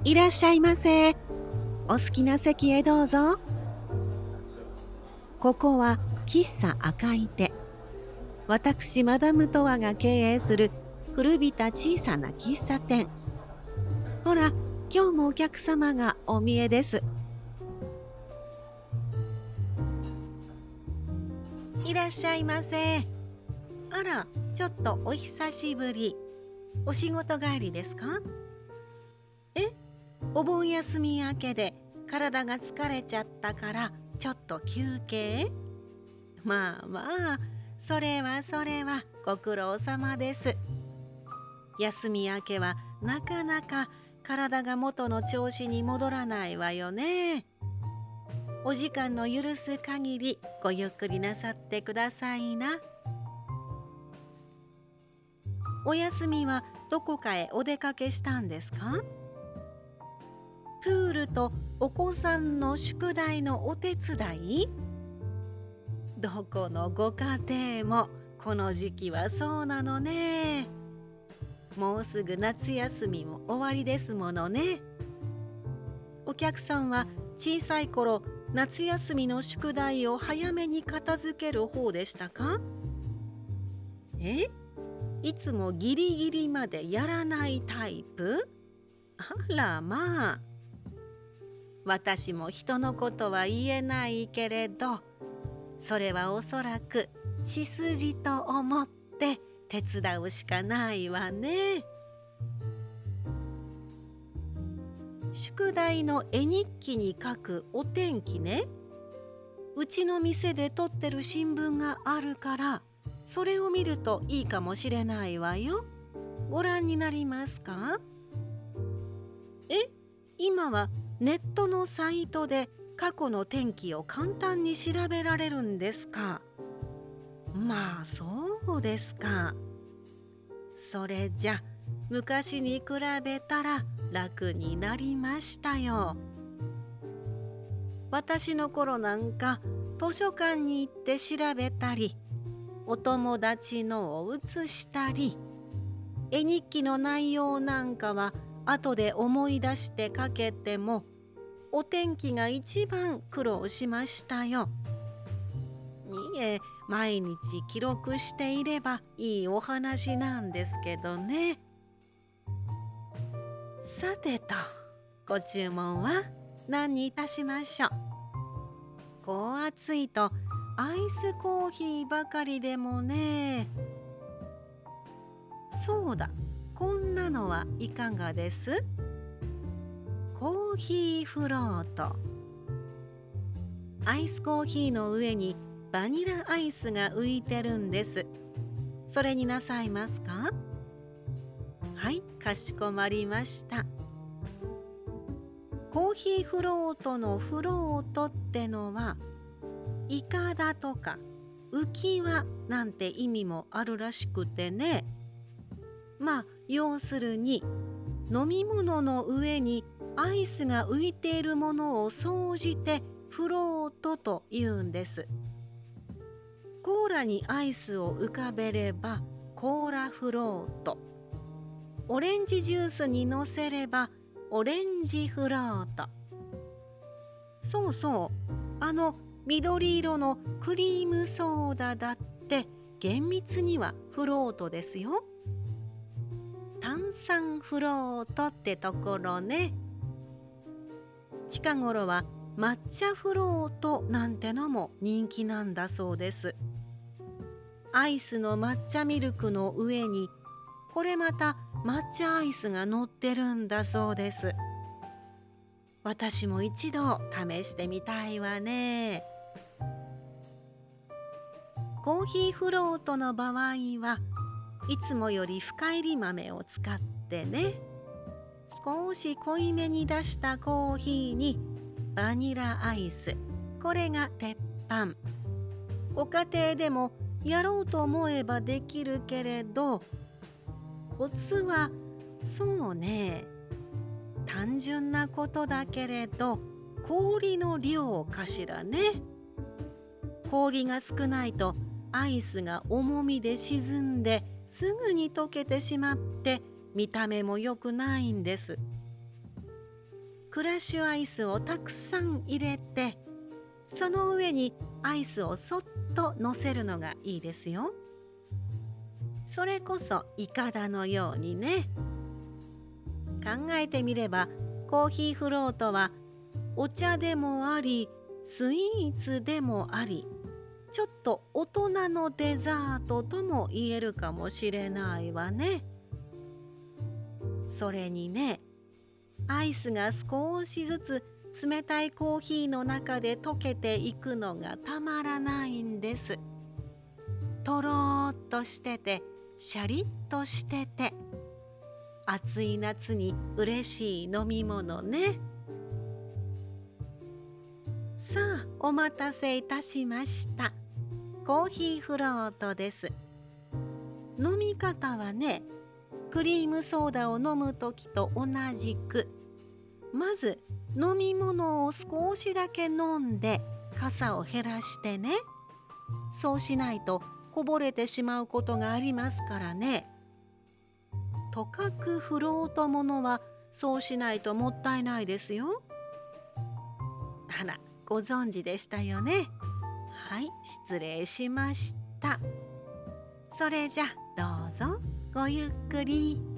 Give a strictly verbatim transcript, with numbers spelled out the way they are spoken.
いらっしゃいませ。お好きな席へどうぞ。ここは喫茶赤い手。私マダムトワが経営する古びた小さな喫茶店。ほら、今日もお客様がお見えです。いらっしゃいませ。あら、ちょっとお久しぶり。お仕事帰りですか？え？お盆休み明けで体が疲れちゃったからちょっと休憩？まあまあ、それはそれはご苦労様です。休み明けはなかなか体が元の調子に戻らないわよね。お時間の許す限りごゆっくりなさってくださいな。お休みはどこかへお出かけしたんですか？プールとお子さんの宿題のお手伝い？どこのご家庭もこの時期はそうなのね。もうすぐ夏休みも終わりですものね。お客さんは小さい頃、夏休みの宿題を早めに片付ける方でしたか？え？いつもギリギリまでやらないタイプ？あらまあ。私も人のことは言えないけれど、それはおそらく血筋と思って手伝うしかないわね。宿題の絵日記に書くお天気ね。うちの店で撮ってる新聞があるから、それを見るといいかもしれないわよ。ご覧になりますか？え、今はネットのサイトで過去の天気を簡単に調べられるんですか？まあそうですか。それじゃ昔に比べたら楽になりましたよ。私の頃なんか図書館に行って調べたり、お友達のを写したり、絵日記の内容なんかは後で思い出して書けても、お天気が一番苦労しましたよ。いえ、毎日記録していればいいお話なんですけどね。さてと、ご注文は何にいたしましょう。こう暑いとアイスコーヒーばかりでもね。そうだ、こんなのはいかがです？コーヒーフロート。アイスコーヒーの上にバニラアイスが浮いてるんです。それになさいますか？はい、かしこまりました。コーヒーフロートのフロートってのは、イカダとか浮き輪なんて意味もあるらしくてね。まあ要するに、飲み物の上にアイスが浮いているものを総じてフロートと言うんです。コーラにアイスを浮かべればコーラフロート。オレンジジュースにのせればオレンジフロート。そうそう、あの緑色のクリームソーダだって厳密にはフロートですよ。炭酸フロートってところね。近頃は抹茶フロートなんてのも人気なんだそうです。アイスの抹茶ミルクの上にこれまた抹茶アイスが乗ってるんだそうです。私も一度試してみたいわね。コーヒーフロートの場合はいつもより深入り豆を使ってね。少し濃いめに出したコーヒーにバニラアイス、これが鉄板。ご家庭でもやろうと思えばできるけれど、コツはそうね、単純なことだけれど氷の量かしらね。氷が少ないとアイスが重みで沈んですぐに溶けてしまって見た目も良くないんです。 クラッシュアイスをたくさん入れて、その上にアイスをそっと乗せるのがいいですよ。それこそイカダのようにね。考えてみれば、コーヒーフロートはお茶でもあり、スイーツでもあり、ちょっと大人のデザートとも言えるかもしれないわね。それにね、アイスが少しずつ冷たいコーヒーの中で溶けていくのがたまらないんです。とろーっとしてて、シャリッとしてて、暑い夏に嬉しい飲み物ね。さあ、お待たせいたしました。コーヒーフロートです。飲み方はね、クリームソーダを飲むときと同じく、まず飲み物を少しだけ飲んで傘を減らしてね。そうしないとこぼれてしまうことがありますからね。とかくフロートものはそうしないともったいないですよ。あら、ご存知でしたよね。はい、失礼しました。それじゃどうぞごゆっくり。